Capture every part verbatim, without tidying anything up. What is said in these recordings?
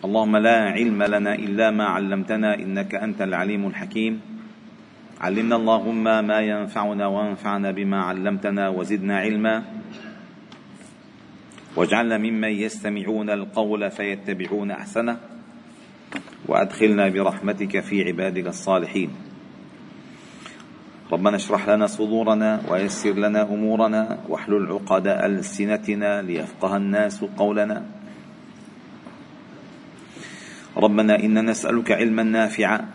اللهم لا علم لنا إلا ما علمتنا إنك أنت العليم الحكيم. علمنا اللهم ما ينفعنا وانفعنا بما علمتنا وزدنا علما، واجعلنا ممن يستمعون القول فيتبعون أحسنه، وأدخلنا برحمتك في عبادك الصالحين. ربنا اشرح لنا صدورنا ويسر لنا أمورنا واحلل عقد ألسنتنا ليفقه الناس قولنا. ربنا إنا نسألك علما نافعا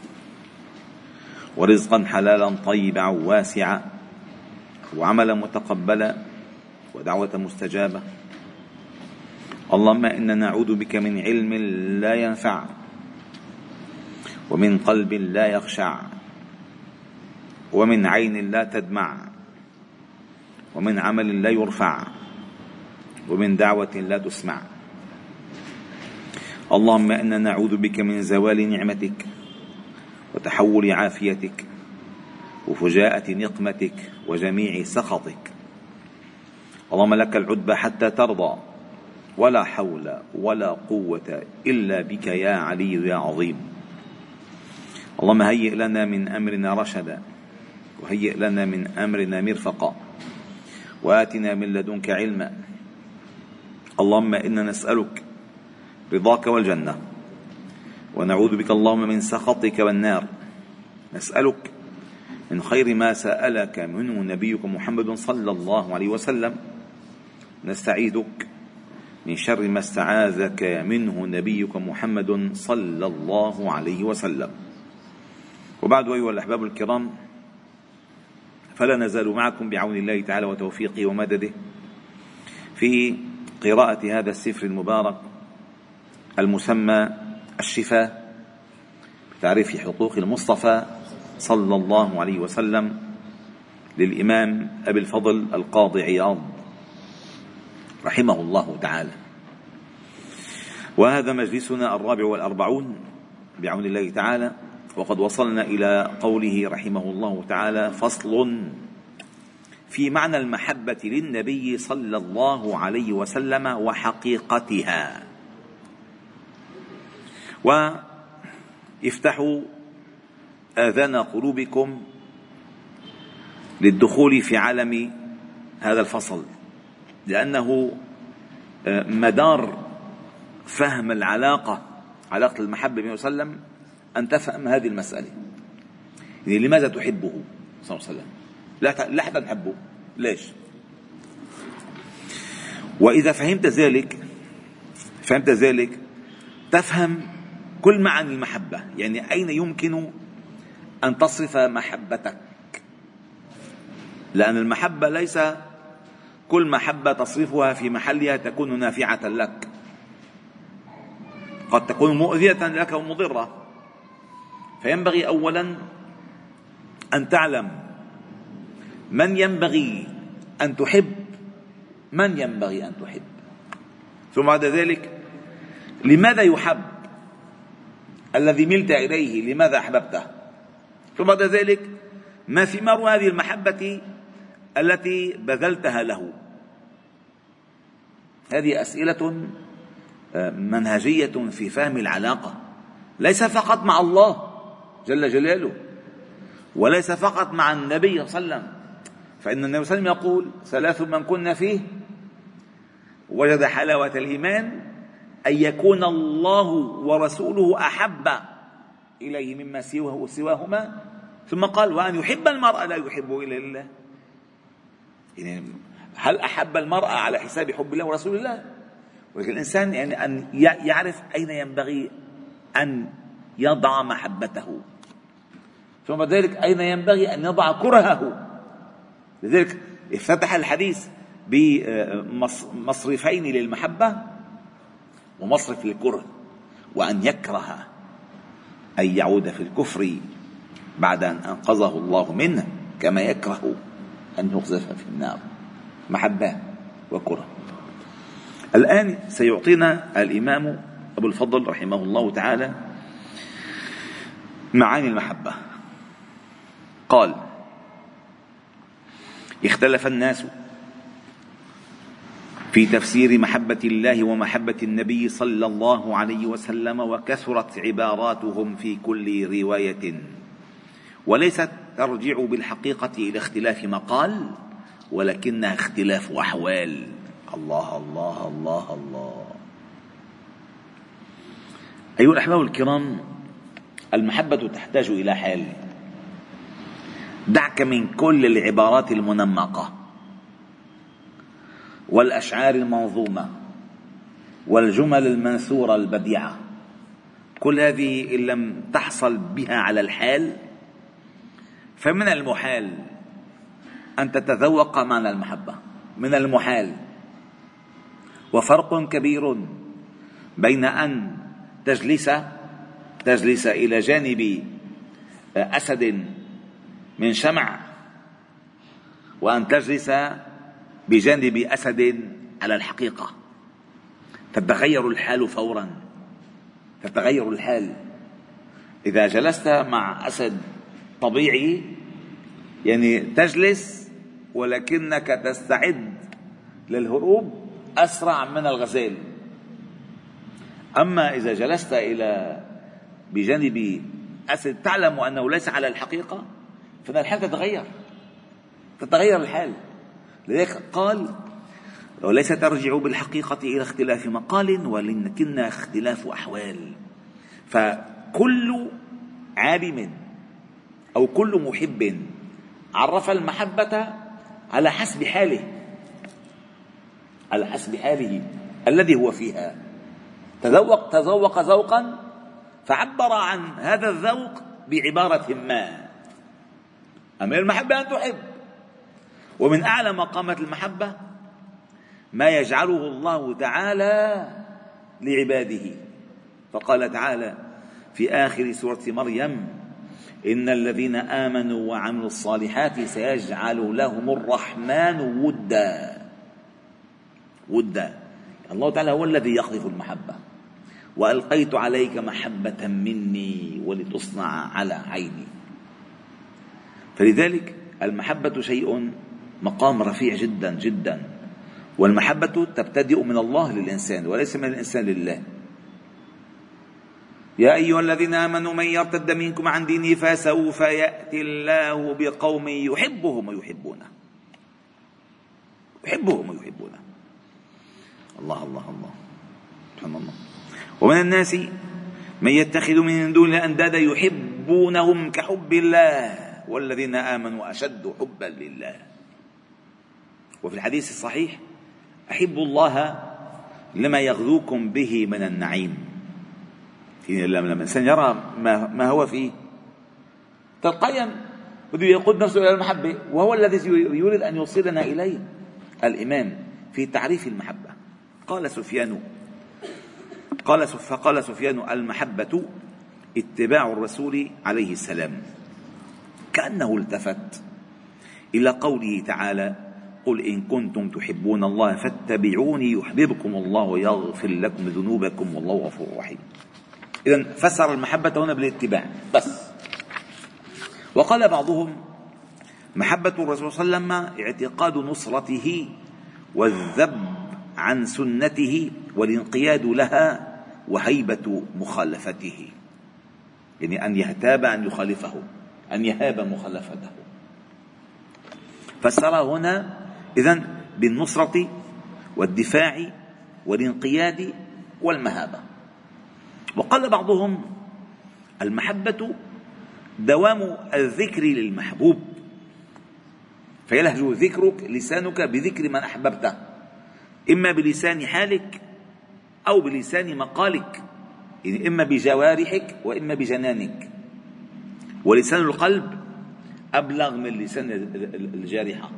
ورزقا حلالا طيبا واسعا وعملا متقبلا ودعوة مستجابة. اللهم إنا نعوذ بك من علم لا ينفع ومن قلب لا يخشع ومن عين لا تدمع ومن عمل لا يرفع ومن دعوة لا تسمع. اللهم إنا نعوذ بك من زوال نعمتك وتحول عافيتك وفجاءة نقمتك وجميع سخطك. اللهم لك العتبى حتى ترضى، ولا حول ولا قوة إلا بك يا علي يا عظيم. اللهم هيئ لنا من أمرنا رشدا وهيئ لنا من أمرنا مرفقا وآتنا من لدنك علما. اللهم إنا نسألك رضاك والجنة، ونعوذ بك اللهم من سخطك والنار. نسألك من خير ما سألك منه نبيك محمد صلى الله عليه وسلم، نستعيذك من شر ما استعاذك منه نبيك محمد صلى الله عليه وسلم. وبعد، أيها الأحباب الكرام، فلا نزال معكم بعون الله تعالى وتوفيقه ومدده في قراءة هذا السفر المبارك المسمى الشفاء بتعريف حقوق المصطفى صلى الله عليه وسلم للإمام أبي الفضل القاضي عياض رحمه الله تعالى. وهذا مجلسنا الرابع والأربعون بعون الله تعالى، وقد وصلنا إلى قوله رحمه الله تعالى: فصل في معنى المحبة للنبي صلى الله عليه وسلم وحقيقتها. ويفتح آذان قلوبكم للدخول في عالم هذا الفصل، لأنه مدار فهم العلاقة علاقة المحبة به صلى الله عليه وسلم أن تفهم هذه المسألة. يعني لماذا تحبه صلى الله عليه وسلم؟ لا حتى تحبه، ليش؟ وإذا فهمت ذلك فهمت ذلك تفهم كل معاني المحبة. يعني أين يمكن أن تصرف محبتك، لأن المحبة ليس كل محبة تصرفها في محلها تكون نافعة لك، قد تكون مؤذية لك ومضرة. فينبغي أولا أن تعلم من ينبغي أن تحب، من ينبغي أن تحب، ثم بعد ذلك لماذا يحب الذي ملت إليه، لماذا أحببته، ثم بعد ذلك ما ثمار هذه المحبة التي بذلتها له. هذه أسئلة منهجية في فهم العلاقة، ليس فقط مع الله جل جلاله، وليس فقط مع النبي صلى الله عليه وسلم. فإن النبي صلى الله عليه وسلم يقول: ثلاث من كن فيه وجد حلاوة الإيمان، أن يكون الله ورسوله أحب إليه مما سواهما. ثم قال: وأن يحب المرأة لا يحبه إلا لله. يعني هل أحب المرأة على حساب حب الله ورسول الله؟ ولكن الإنسان يعني أن يعرف أين ينبغي أن يضع محبته، ثم بعد ذلك أين ينبغي أن يضع كرهه. لذلك افتتح الحديث بمصرفين للمحبة ومصرف للكره، وأن يكره أن يعود في الكفر بعد أن أنقذه الله منه، كما يكره أن يقذف في النار. محبة وكره. الآن سيعطينا الإمام أبو الفضل رحمه الله تعالى معاني المحبة. قال: اختلف الناس في تفسير محبة الله ومحبة النبي صلى الله عليه وسلم، وكثرت عباراتهم في كل رواية، وليست ترجع بالحقيقة إلى اختلاف مقال، ولكنها اختلاف أحوال. الله الله الله الله. أيها الأحباب الكرام، المحبة تحتاج إلى حال. دعك من كل العبارات المنمقة والأشعار المنظومة والجمل المنثورة البديعة، كل هذه إن لم تحصل بها على الحال فمن المحال أن تتذوق معنى المحبة، من المحال. وفرق كبير بين أن تجلس تجلس إلى جانب أسد من شمع، وأن تجلس بجانب أسد على الحقيقة. تتغير الحال فورا، تتغير الحال. إذا جلست مع أسد طبيعي يعني تجلس ولكنك تستعد للهروب أسرع من الغزال. أما إذا جلست إلى بجانب أسد تعلم أنه ليس على الحقيقة، فإن الحال تتغير، تتغير الحال. لذلك قال: وليس ترجع بالحقيقة إلى اختلاف مقال، ولكن اختلاف أحوال. فكل عالم أو كل محب عرف المحبة على حسب حاله، على حسب حاله الذي هو فيها. تذوق تذوق ذوقا فعبر عن هذا الذوق بعبارة ما. أما المحبة أن تحب. ومن أعلى مقامات المحبة ما يجعله الله تعالى لعباده، فقال تعالى في آخر سورة مريم: إن الذين آمنوا وعملوا الصالحات سيجعل لهم الرحمن ودا. ودا، الله تعالى هو الذي يقذف المحبة. وألقيت عليك محبة مني ولتصنع على عيني. فلذلك المحبة شيء مقام رفيع جدا جدا، والمحبة تبتدئ من الله للإنسان وليس من الإنسان لله. يا أيها الذين آمنوا من يرتد منكم عن دينه فسوف يأتي الله بقوم يحبهم ويحبونه، يحبهم ويحبونه. الله الله الله سبحان الله. ومن الناس من يتخذ من دون الله أندادا يحبونهم كحب الله والذين آمنوا أشد حبا لله. وفي الحديث الصحيح: أحبوا الله لما يغذوكم به من النعيم. لما الإنسان يرى ما هو فيه تلقائيا بده يقود نفسه إلى المحبة، وهو الذي يريد أن يوصلنا إليه. الإمام في تعريف المحبة قال سفيان قال فقال سفيان: المحبة اتباع الرسول عليه السلام. كأنه التفت إلى قوله تعالى: قل إن كنتم تحبون الله فاتبعوني يحببكم الله ويغفر لكم ذنوبكم والله غفور رحيم. إذن فسر المحبة هنا بالاتباع بس. وقال بعضهم: محبة الرسول صلى الله عليه وسلم اعتقاد نصرته والذب عن سنته والانقياد لها وهيبة مخالفته، يعني أن يهتاب أن يخالفه، أن يهاب مخالفته. فسر هنا إذن بالنصرة والدفاع والانقياد والمهابة. وقال بعضهم: المحبة دوام الذكر للمحبوب، فيلهج ذكرك لسانك بذكر من أحببته، إما بلسان حالك أو بلسان مقالك، يعني إما بجوارحك وإما بجنانك. ولسان القلب أبلغ من لسان الجارحة.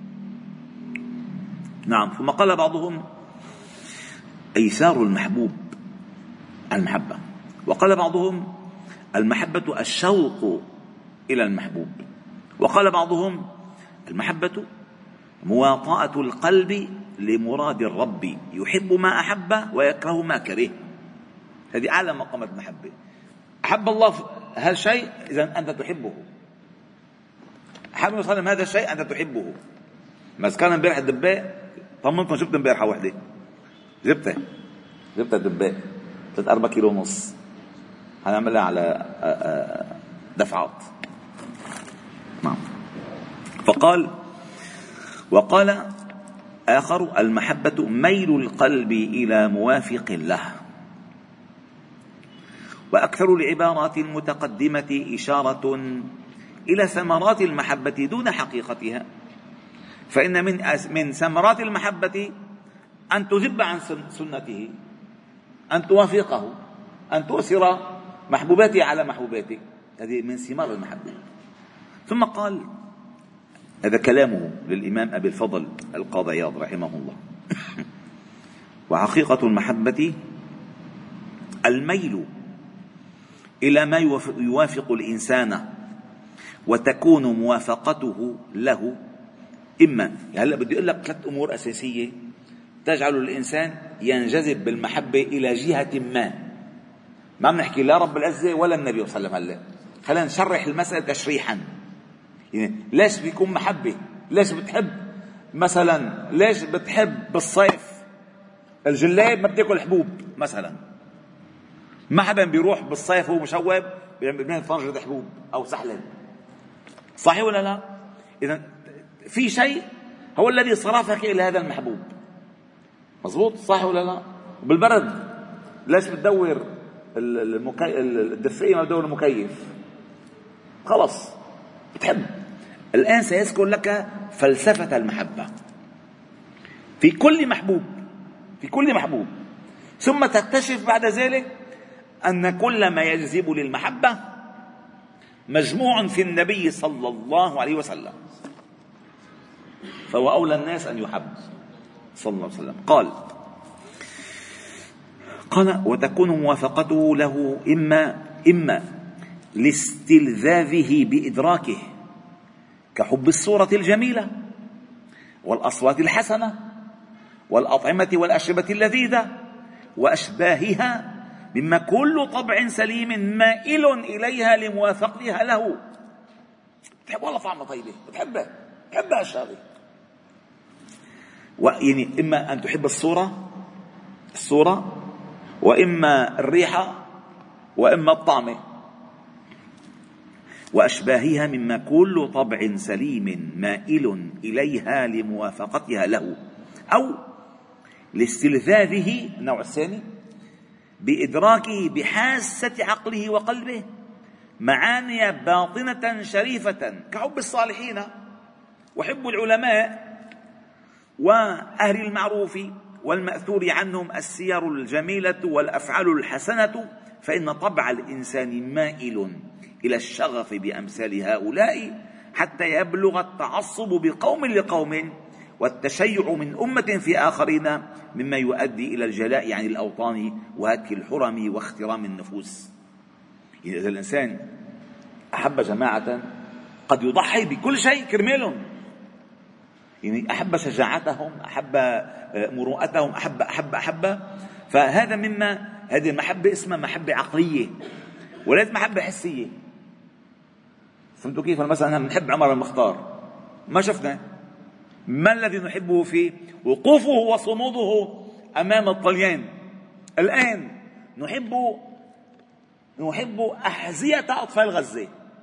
نعم. ثم قال بعضهم: إيثار المحبوب المحبة. وقال بعضهم: المحبة الشوق إلى المحبوب. وقال بعضهم: المحبة مواطأة القلب لمراد الرب، يحب ما أحب ويكره ما كره. هذه أعلى مقامات المحبة. أحب الله هذا الشيء، إذن أنت تحبه. أحب النبي صلى الله عليه وسلم هذا الشيء، أنت تحبه. ما كان امبارح الدباء طمنتهم جبت امبارحه وحده، جبتها جبتها دباء ثلاث أربعة كيلو ونص، هنعملها على دفعات. نعم. فقال وقال آخر: المحبة ميل القلب إلى موافق له. وأكثر العبارات المتقدمة إشارة إلى ثمرات المحبة دون حقيقتها، فإن من من ثمرات المحبة أن تذب عن سنته، أن توافقه، أن تؤثر محبوباته على محبوباته، هذه من ثمار المحبة. ثم قال، هذا كلامه للإمام أبي الفضل القاضي عياض رحمه الله: وحقيقة المحبة الميل إلى ما يوافق الإنسان، وتكون موافقته له إما، هلأ بدي أقول لك ثلاث أمور أساسية تجعل الإنسان ينجذب بالمحبة إلى جهة ما. ما بنحكي لا رب العزة ولا النبي صلى الله عليه وسلم، هلأ خلينا نشرح المسألة تشريحا. يعني ليش بيكون محبة؟ ليش بتحب مثلا، ليش بتحب بالصيف الجلاب ما بتاكل حبوب مثلا؟ ما حدا بيروح بالصيف وهو مشوب بيعمل فرجة حبوب أو سحلب، صحيح ولا لا؟ إذا في شيء هو الذي صرفك إلى هذا المحبوب، مظبوط صح ولا لا؟ بالبرد ليش بتدور المكي... الدفئية ما بتدور المكيف؟ خلص بتحب. الآن سيذكر لك فلسفة المحبة في كل محبوب، في كل محبوب، ثم تكتشف بعد ذلك أن كل ما يجذب للمحبة مجموع في النبي صلى الله عليه وسلم، فهو أولى الناس أن يحب صلى الله عليه وسلم. قال قال وتكون موافقته له إما إما لاستلذاذه بإدراكه، كحب الصورة الجميلة والأصوات الحسنة والأطعمة والأشربة اللذيذة وأشباهها، مما كل طبع سليم مائل إليها لموافقتها له. بتحب والله طعمة طيبة، بتحبها بتحبها الشغلة. ويعني إما أن تحب الصورة الصورة وإما الريحة وإما الطعمة وأشباهها، مما كل طبع سليم مائل إليها لموافقتها له، أو لاستلذاذه النوع الثاني بإدراكه بحاسة عقله وقلبه معاني باطنة شريفة كحب الصالحين وحب العلماء وأهل المعروف والمأثور عنهم السير الجميلة والأفعال الحسنة، فإن طبع الإنسان مائل إلى الشغف بأمثال هؤلاء حتى يبلغ التعصب بقوم لقوم والتشيع من أمة في آخرين، مما يؤدي إلى الجلاء عن الأوطان وهتك الحرم واخترام النفوس. إذا الإنسان أحب جماعة قد يضحي بكل شيء كرمالهم، يعني أحب شجاعتهم، أحب مروءتهم، أحب أحب أحب فهذا مما هذه المحبة اسمها محبة عقلية وليس محبة حسية. فهمتوا كيف؟ مثلا نحب عمر المختار، ما شفنا ما الذي نحبه فيه؟ وقوفه وصموده أمام الطليان. الآن نحب نحب أحذية أطفال غزة.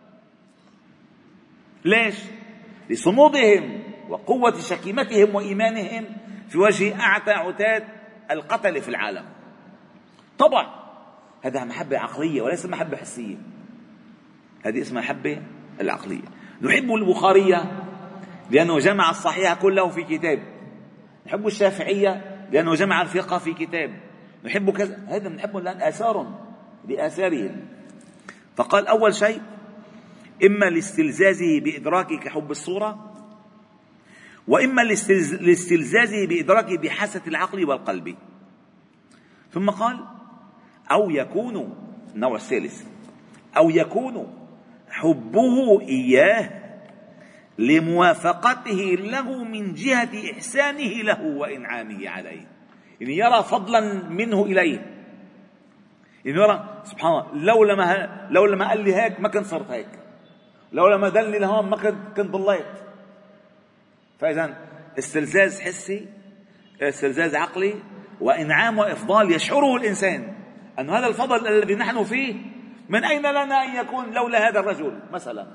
ليش؟ لصمودهم وقوة شكيمتهم وإيمانهم في وجه أعتى عتاد القتل في العالم. طبعا هذا محبة عقلية وليس محبة حسية، هذه اسمها محبة العقلية. نحب البخارية لأنه جمع الصحيح كله في كتاب، نحب الشافعية لأنه جمع الفقه في كتاب، نحب كذا، هذا نحبه لأن آثار لآثارهم. فقال أول شيء إما لاستلزازه بإدراكه كحب الصورة، وإما لاستلزازه بإدراكه بحاسة العقل والقلب. ثم قال أو يكون النوع الثالث، أو يكون حبه إياه لموافقته له من جهة إحسانه له وإنعامه عليه، يعني يرى فضلا منه إليه، يعني يرى سبحان الله لو لما, لو لما قال لي هيك ما كنت صرت هيك، لو لما دلني لهون ما كنت كنت ضليت. فإذا استلزاز حسي استلزاز عقلي وإنعام وإفضال يشعره الإنسان أن هذا الفضل الذي نحن فيه من أين لنا أن يكون لولا هذا الرجل مثلا.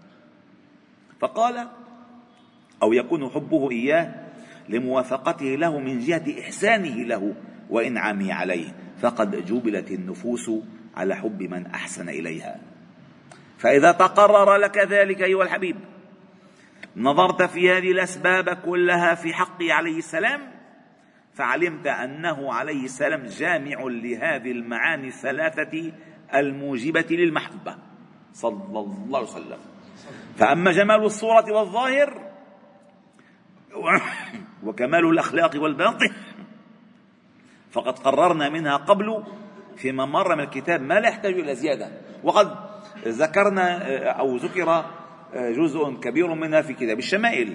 فقال أو يكون حبه إياه لموافقته له من جهة إحسانه له وإنعامه عليه، فقد جبلت النفوس على حب من أحسن إليها. فإذا تقرر لك ذلك أيها الحبيب، نظرت في هذه الأسباب كلها في حقه عليه السلام، فعلمت أنه عليه السلام جامع لهذه المعاني الثلاثة الموجبة للمحبة صلى الله عليه وسلم. فأما جمال الصورة والظاهر وكمال الأخلاق والباطن فقد قررنا منها قبل فيما مر من الكتاب ما لا يحتاج إلى زيادة، وقد ذكرنا أو ذكر جزء كبير منها في كتاب الشمائل.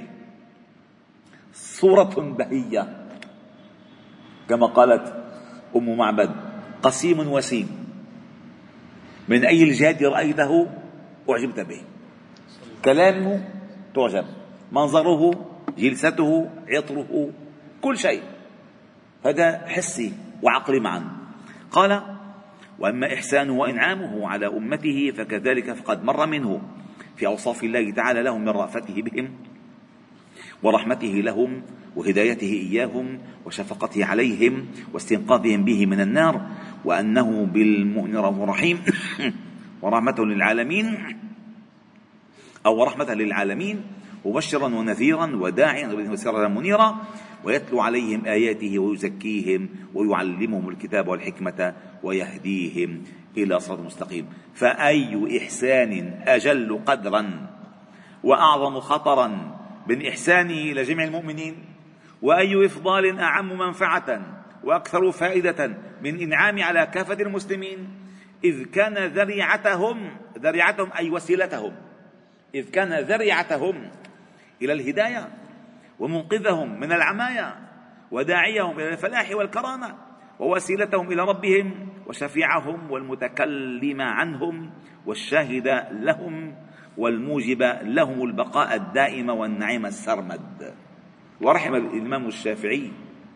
صورة بهية كما قالت أم معبد، قسيم وسيم، من أي الجهات رأيته أعجبت به، كلامه تعجب، منظره، جلسته، عطره، كل شيء، هذا حسي وعقلي معا. قال وأما إحسانه وإنعامه على أمته فكذلك فقد مر منه في أوصاف الله تعالى لهم من رأفته بهم ورحمته لهم وهدايته إياهم وشفقته عليهم واستنقاذهم به من النار، وأنه بالمؤمن رؤوف رحيم ورحمة للعالمين أو رحمة للعالمين مبشرا ونذيرا وداعيا وسرا منيرا، ويتلو عليهم آياته ويزكيهم ويعلمهم الكتاب والحكمة ويهديهم إلى صراط مستقيم. فأي إحسان أجل قدرا وأعظم خطرا من إحسانه إلى جميع المؤمنين، وأي إفضال أعم منفعة وأكثر فائدة من إنعام على كافة المسلمين، إذ كان ذريعتهم ذريعتهم أي وسيلتهم إذ كان ذريعتهم إلى الهداية ومنقذهم من العماية وداعيهم إلى الفلاح والكرامة ووسيلتهم إلى ربهم وشفيعهم والمتكلم عنهم والشاهد لهم والموجب لهم البقاء الدائم والنعيم السرمد. ورحم الإمام الشافعي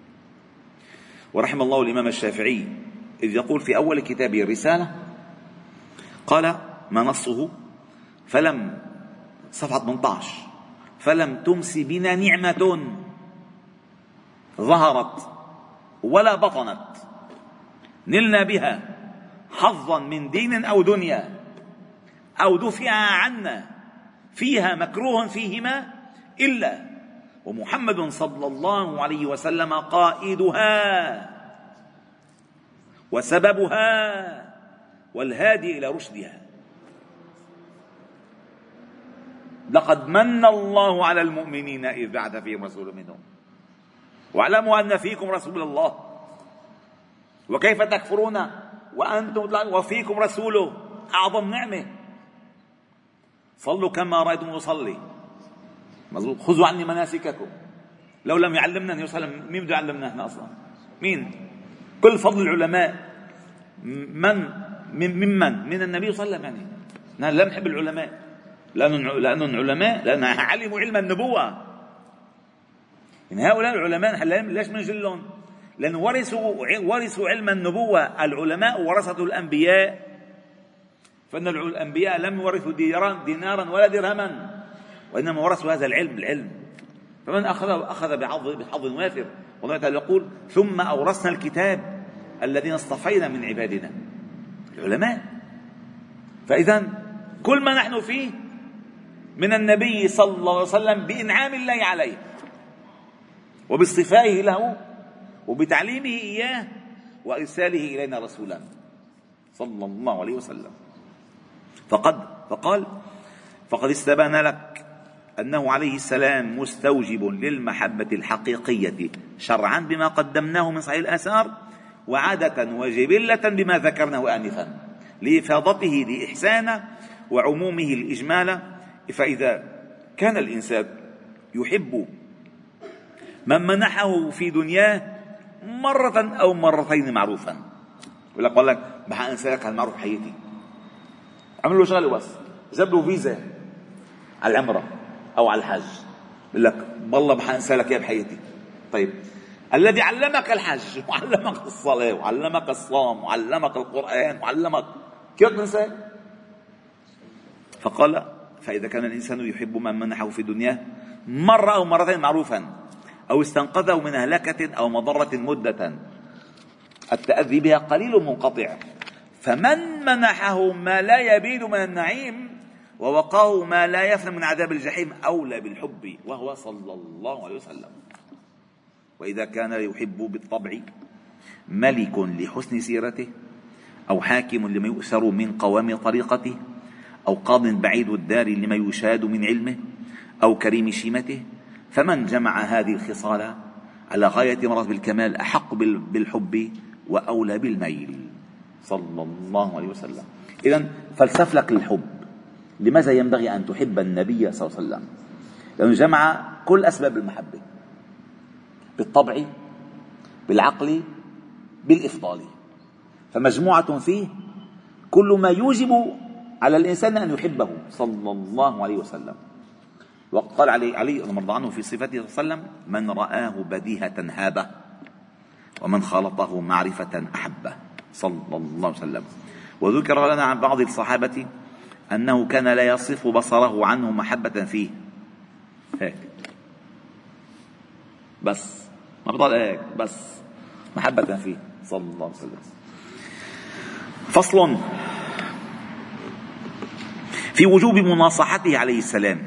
ورحم الله الإمام الشافعي إذ يقول في أول كتابه الرسالة، قال ما نصه فلم صفحة ثمانية عشر فلم تمس بنا نعمة ظهرت ولا بطنت نلنا بها حظا من دين أو دنيا أو دفع عنا فيها مكروه فيهما إلا ومحمد صلى الله عليه وسلم قائدها وسببها والهادي إلى رشدها. لقد من الله على المؤمنين إذ بعث فيهم رسولا منهم واعلموا أن فيكم رسول الله وكيف تكفرون وأنتم وفيكم رسوله، أعظم نعمة. صلوا كما رأيتم أصلي، خذوا عني مناسككم. لو لم يعلمنا النبي صلى الله عليه وسلم مين بده يعلمنا احنا اصلا؟ مين؟ كل فضل العلماء من من ممن من النبي صلى الله عليه وسلم. يعني نحن لا نحب العلماء لأنهم لأنهم علماء لأن علموا علم النبوة. من هؤلاء العلماء ليش منجلهم؟ لأن ورثوا ورثوا علم النبوة. العلماء ورثة الأنبياء، فإن الأنبياء لم يورثوا دينارا ولا درهما، وإنما ورثوا هذا العلم العلم فمن أخذ أخذ بحظ وافر. والله تعالى يقول ثم أورثنا الكتاب الذين اصطفينا من عبادنا العلماء. فإذا كل ما نحن فيه من النبي صلى الله عليه وسلم بإنعام الله عليه وباصطفائه له وبتعليمه إياه وإرساله إلينا رسولا صلى الله عليه وسلم. فقد فقال فقد استبان لك أنه عليه السلام مستوجب للمحبة الحقيقية شرعا بما قدمناه من صحيح الآثار، وعادة وجبلة بما ذكرناه آنفا، لإفاضته لإحسانه وعمومه الإجمال. فإذا كان الإنسان يحب من منحه في دنياه مرة أو مرتين معروفا، يقول لك والله بحق أنسى لك هالمعروف حياتي، عمل له شغله بس جاب له فيزا على العمرة أو على الحج، يقول لك والله بحق أنسى لك يا بحياتي. طيب الذي علمك الحج وعلمك الصلاة وعلمك الصوم وعلمك القرآن وعلمك، كيف تنسى؟ فقال فإذا كان الإنسان يحب من منحه في الدنيا مرة أو مرتين معروفا، أو استنقذه من هلكة أو مضرة مدة التأذي بها قليل منقطع، فمن منحه ما لا يبيد من النعيم ووقاه ما لا يفنى من عذاب الجحيم أولى بالحب، وهو صلى الله عليه وسلم. وإذا كان يحب بالطبع ملك لحسن سيرته، أو حاكم لما يؤثر من قوام طريقته، أو قاض بعيد الدار لما يشاد من علمه، أو كريم شيمته، فمن جمع هذه الخصال على غاية مراتب الكمال أحق بالحب وأولى بالميل صلى الله عليه وسلم. إذن فلسف لك الحب. لماذا ينبغي أن تحب النبي صلى الله عليه وسلم؟ لأنه جمع كل أسباب المحبة، بالطبع، بالعقل، بالإفضال، فمجموعة فيه كل ما يوجب على الإنسان أن يحبه صلى الله عليه وسلم. وقال علي علي رضي الله عنه في صفته صلى الله عليه وسلم: من رآه بديهة هابه، ومن خالطه معرفة أحبه صلى الله عليه وسلم. وذكر لنا عن بعض الصحابة أنه كان لا يصف بصره عنه محبة فيه، هيك بس، ما بضل هيك بس، محبة فيه صلى الله عليه وسلم. فصل في وجوب مناصحته عليه السلام.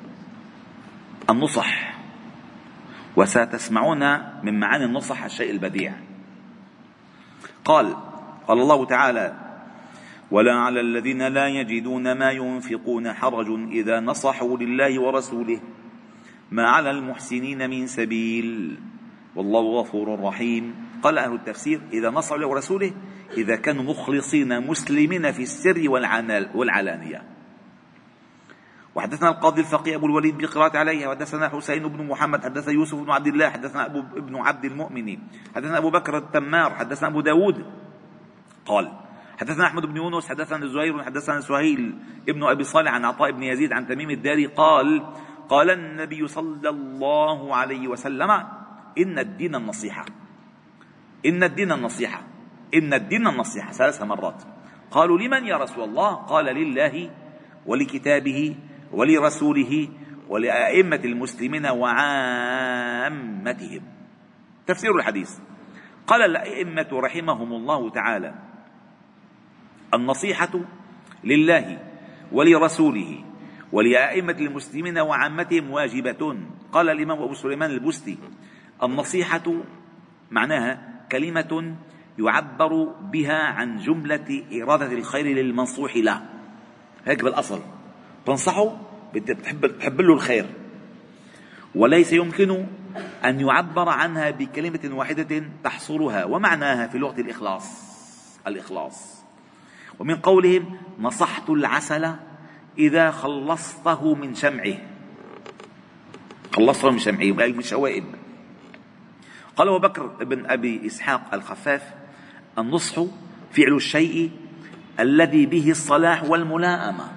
النصح، وستسمعون من معاني النصح الشيء البديع. قال قال الله تعالى: ولا على الذين لا يجدون ما ينفقون حرج إذا نصحوا لله ورسوله ما على المحسنين من سبيل والله غفور رحيم. قال أهل التفسير: إذا نصحوا لله ورسوله إذا كانوا مخلصين مسلمين في السر والعلانية. وحدثنا القاضي الفقيه أبو الوليد بقراءة عليه، وحدثنا حسين بن محمد، حدثنا يوسف بن عبد الله، حدثنا أبو ابن عبد المؤمن، حدثنا أبو بكر التمار، حدثنا أبو داود قال: حدثنا أحمد بن يونس، حدثنا زهير، حدثنا سهيل ابن أبي صالح عن عطاء بن يزيد عن تميم الداري قال: قال النبي صلى الله عليه وسلم: إن الدين النصيحة، إن الدين النصيحة، إن الدين النصيحة ثلاث مرات. قالوا: لمن يا رسول الله؟ قال: لله ولكتابه ولرسوله ولأئمة المسلمين وعامتهم. تفسير الحديث: قال الأئمة رحمهم الله تعالى: النصيحة لله ولرسوله ولأئمة المسلمين وعامتهم واجبة. قال الإمام أبو سليمان البستي: النصيحة معناها كلمة يعبر بها عن جملة إرادة الخير للمنصوح له، هيك بالأصل، تنصحه بتحب, بتحب له الخير، وليس يمكن أن يعبر عنها بكلمة واحدة تحصرها. ومعناها في لغة الإخلاص، الإخلاص. ومن قولهم: نصحت العسل إذا خلصته من شمعه، خلصته من شمعه من الشوائب. قال أبو بكر بن أبي إسحاق الخفاف: النصح فعل الشيء الذي به الصلاح والملائمة،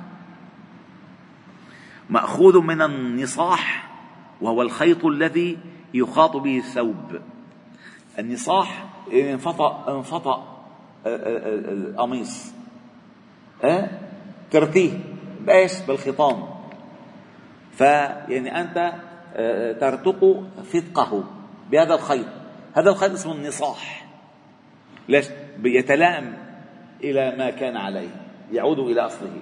مأخوذ من النصاح وهو الخيط الذي يخاط به الثوب. النصاح انفطأ انفطأ القميص، أه؟ ترتيه بايش؟ بالخيطان. فيعني أنت ترتق فتقه بهذا الخيط، هذا الخيط اسمه النصاح. ليش؟ يتلائم إلى ما كان عليه، يعود إلى أصله.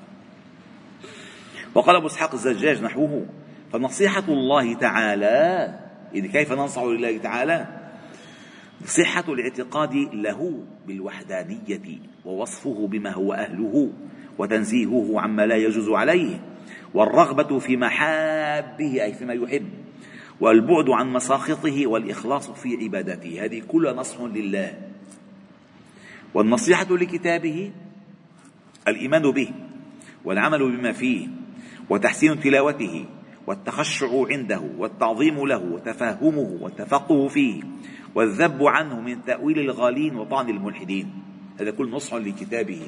وقال أبو إسحاق الزجاج نحوه: فنصيحة الله تعالى، يعني كيف ننصح لله تعالى؟ صحة الاعتقاد له بالوحدانية، ووصفه بما هو أهله، وتنزيهه عما لا يجوز عليه، والرغبة في محابه أي فيما يحب، والبعد عن مساخطه، والإخلاص في عبادته. هذه كلها نصح لله. والنصيحة لكتابه الإيمان به والعمل بما فيه، وتحسين تلاوته، والتخشع عنده، والتعظيم له، وتفهمه والتفقه فيه، والذب عنه من تأويل الغالين وطعن الملحدين. هذا كل نصح لكتابه.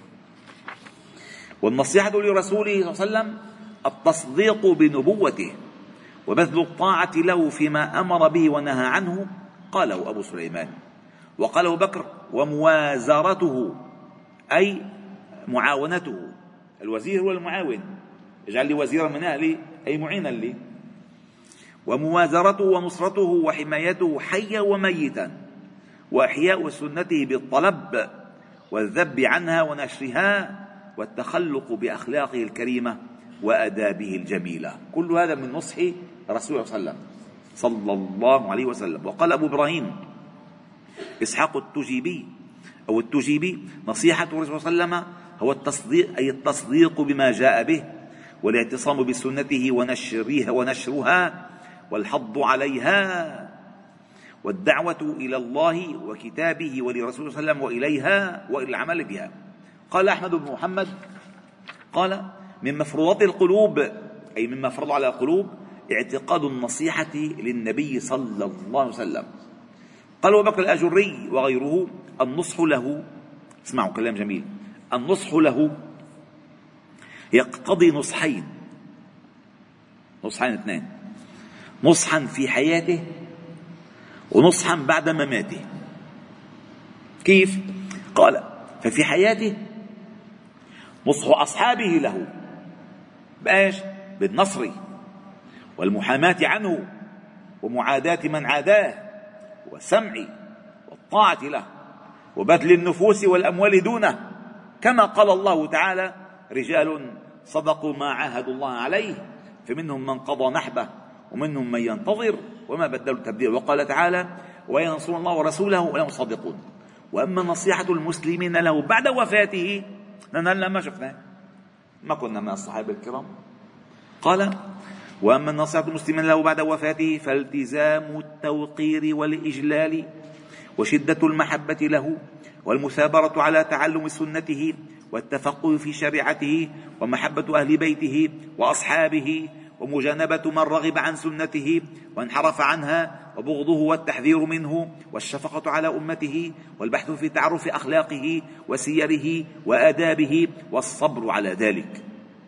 والنصيحة لرسوله صلى الله عليه وسلم التصديق بنبوته، وبذل الطاعة له فيما أمر به ونهى عنه، قاله أبو سليمان. وقال أبو بكر: وموازرته أي معاونته، الوزير هو المعاون، اجعل لي وزيرا من أهلي أي معينا لي. وموازرته ونصرته وحمايته حيا وميتا، وإحياء سنته بالطلب والذب عنها ونشرها، والتخلق بأخلاقه الكريمة وأدابه الجميلة. كل هذا من نصح رسول الله صلى الله عليه وسلم صلى الله عليه وسلم. وقال أبو إبراهيم إسحاق التجيبي أو التجيبي: نصيحة الرسول صلى الله عليه وسلم هو التصديق، أي التصديق بما جاء به، والاعتصام بسنته ونشرها ونشرها والحض عليها، والدعوة إلى الله وكتابه ولرسوله صلى الله عليه وسلم وإليها وإلى العمل بها. قال أحمد بن محمد قال: من مفروضات القلوب، أي مما فرض على القلوب، اعتقاد النصيحة للنبي صلى الله عليه وسلم. قال أبو بكر الآجري وغيره: النصح له، اسمعوا كلام جميل، النصح له يقتضي نصحين، نصحين اثنين، نصحا في حياته ونصحا بعد مماته. كيف؟ قال: ففي حياته نصح أصحابه له بإيش؟ بالنصر والمحاماة عنه ومعاداة من عاداه والسمع والطاعة له وبذل النفوس والأموال دونه، كما قال الله تعالى: رجال صدقوا ما عاهدوا الله عليه فمنهم من قضى نحبه ومنهم من ينتظر وما بدلوا تبديلا. وقال تعالى: وينصرون الله ورسوله وهم صادقون. وأما نصيحة المسلمين له بعد وفاته، لأننا ما شفناه، ما كنا من الصحابة الكرام. قال: وأما نصيحة المسلمين له بعد وفاته فالتزام التوقير والإجلال وشدة المحبة له والمثابرة على تعلم سنته والتفقه في شريعته ومحبة أهل بيته وأصحابه ومجانبة من رغب عن سنته وانحرف عنها وبغضه والتحذير منه والشفقة على أمته والبحث في تعرف أخلاقه وسيره وآدابه والصبر على ذلك.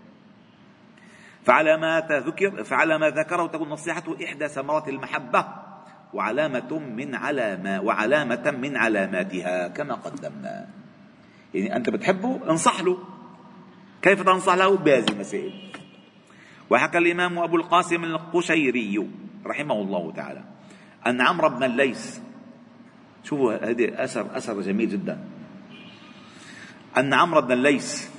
فعلى ما تذكر فعلى ما ذكره تكون نصيحته إحدى ثمرات المحبة وعلامة من علامة وعلامة من علاماتها كما قدمنا. يعني أنت بتحبه انصح له. كيف تنصح له؟ بهذه المسائل. وحكى الإمام أبو القاسم القشيري رحمه الله تعالى أن عمرو بن الليث، شوفوا هذه أثر أثر جميل جدا، أن عمرو بن الليث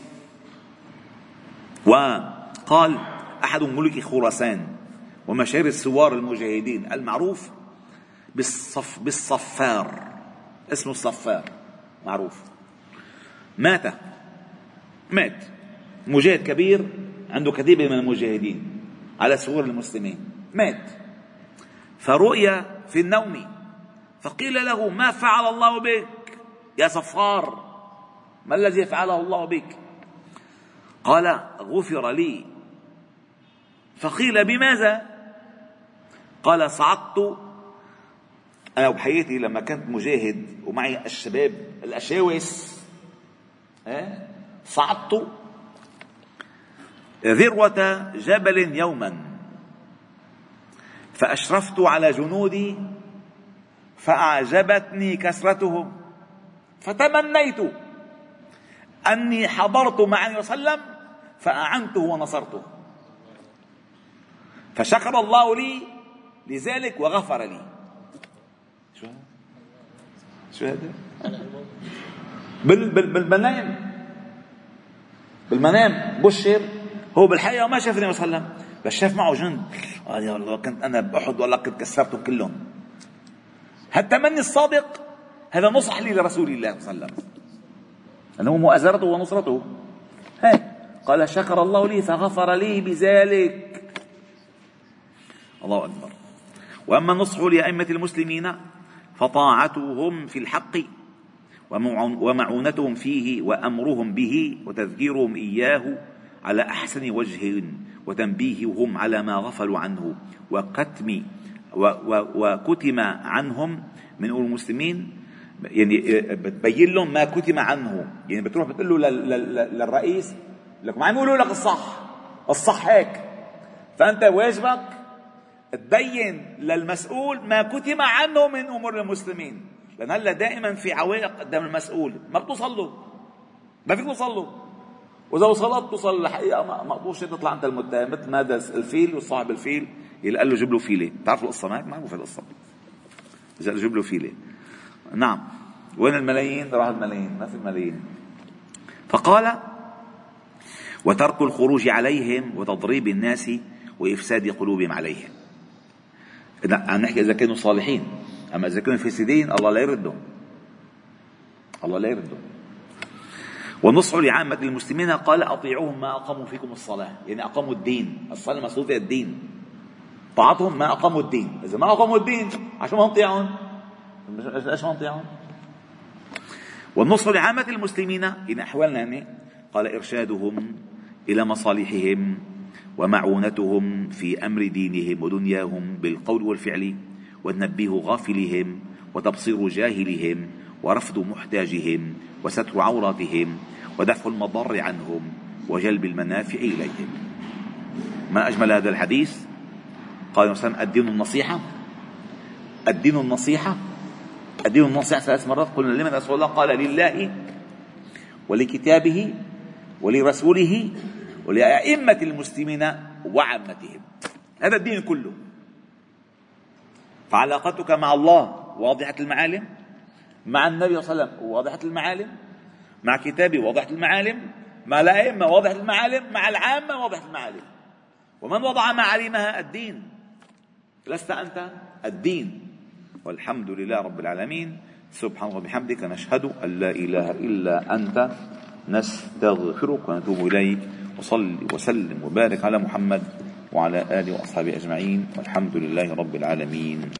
وقال أحد ملوك خراسان ومشاهير الثوار المجاهدين المعروف بالصف بالصفار، اسمه الصفار معروف، مات مات مجاهد كبير عنده كتيبة من المجاهدين على ثوار المسلمين، مات. فرؤيا في النوم فقيل له: ما فعل الله بك يا صفار؟ ما الذي فعله الله بك؟ قال: غفر لي. فقيل: بماذا؟ قال: صعدت أنا بحياتي لما كنت مجاهد ومعي الشباب الأشاوس، صعدت ذروة جبل يوما فأشرفت على جنودي فأعجبتني كثرتهم فتمنيت أني حضرت مع النبي صلى الله عليه وسلم فأعنته ونصرته، فشكر الله لي لذلك وغفر لي. شو هذا؟ شو هذا؟ بال بال بالمنام بالمنام بشر هو بالحقيقة ما شاف النبي صلى الله عليه وسلم، بس شاف معه جند. قال: يا الله كنت أنا بأحد والله كنت كسرتهم كلهم. هالتمني الصادق هذا نصح لي لرسول الله صلى الله عليه وسلم، أنه مؤازرته ونصرته. هاي قال: شكر الله لي فغفر لي بذلك. الله أكبر. وأما النصح لأئمة المسلمين فطاعتهم في الحق ومعونتهم فيه وأمرهم به وتذكيرهم إياه على أحسن وجه وتنبيههم على ما غفلوا عنه وكتم وكتم عنهم من المسلمين، يعني بتبين لهم ما كتم عنه. يعني بتروح بتقول له للرئيس لك ما عم يقولوا لك الصح الصح هيك، فأنت واجبك تبين للمسؤول ما كتم عنه من أمور المسلمين، لأن هلا دائما في عوائق قدام المسؤول، ما بتوصل له، ما فيك توصل له، وإذا وصلت توصل الحقيقة مقبوش تطلع أنت المتهم، مثل ما الفيل وصاحب الفيل اللي قال له جيب له فيلة. تعرف القصة؟ ما ما في القصة، قال له جيب له فيلة. نعم. وين الملايين؟ راح الملايين، ما في الملايين. فقال: وترك الخروج عليهم وتضريب الناس وإفساد قلوبهم عليهم. عم نحكي إذا كانوا صالحين، أما إذا كانوا فاسدين الله لا يردهم، الله لا يردهم. والنصح لعامة المسلمين قال: أطيعوهم ما أقاموا فيكم الصلاة، يعني أقاموا الدين. الصلاة مسؤولية الدين، طاعتهم ما أقاموا الدين. إذا ما أقاموا الدين عشان ما نطيعهم، ليش ما نطيعهم؟ والنصح لعامة المسلمين إن أحوالنا يعني قال: إرشادهم إلى مصالحهم ومعونتهم في أمر دينهم ودنياهم بالقول والفعل، وتنبيه غافلهم وتبصير جاهلهم ورفض محتاجهم وستر عوراتهم ودفع المضار عنهم وجلب المنافع إليهم. ما أجمل هذا الحديث. قال مثلا: الدين النصيحة، الدين النصيحة، الدين النصيحة ثلاث مرات. قلنا: لمن رسول الله؟ قال: لله ولكتابه ولرسوله ولأئمة المسلمين وعامتهم. هذا الدين كله. فعلاقتك مع الله واضحة المعالم، مع النبي صلى الله عليه وسلم واضحة المعالم، مع كتابه واضحة المعالم، مع الأئمة واضحة المعالم، مع العامة واضحة المعالم. ومن وضع معالمها الدين، لست أنت الدين. والحمد لله رب العالمين. سبحانه وبحمدك نشهد أن لا إله إلا أنت، نستغفرك ونتوب إليك. وصل وسلم وبارك على محمد وعلى آله وأصحابه أجمعين، والحمد لله رب العالمين.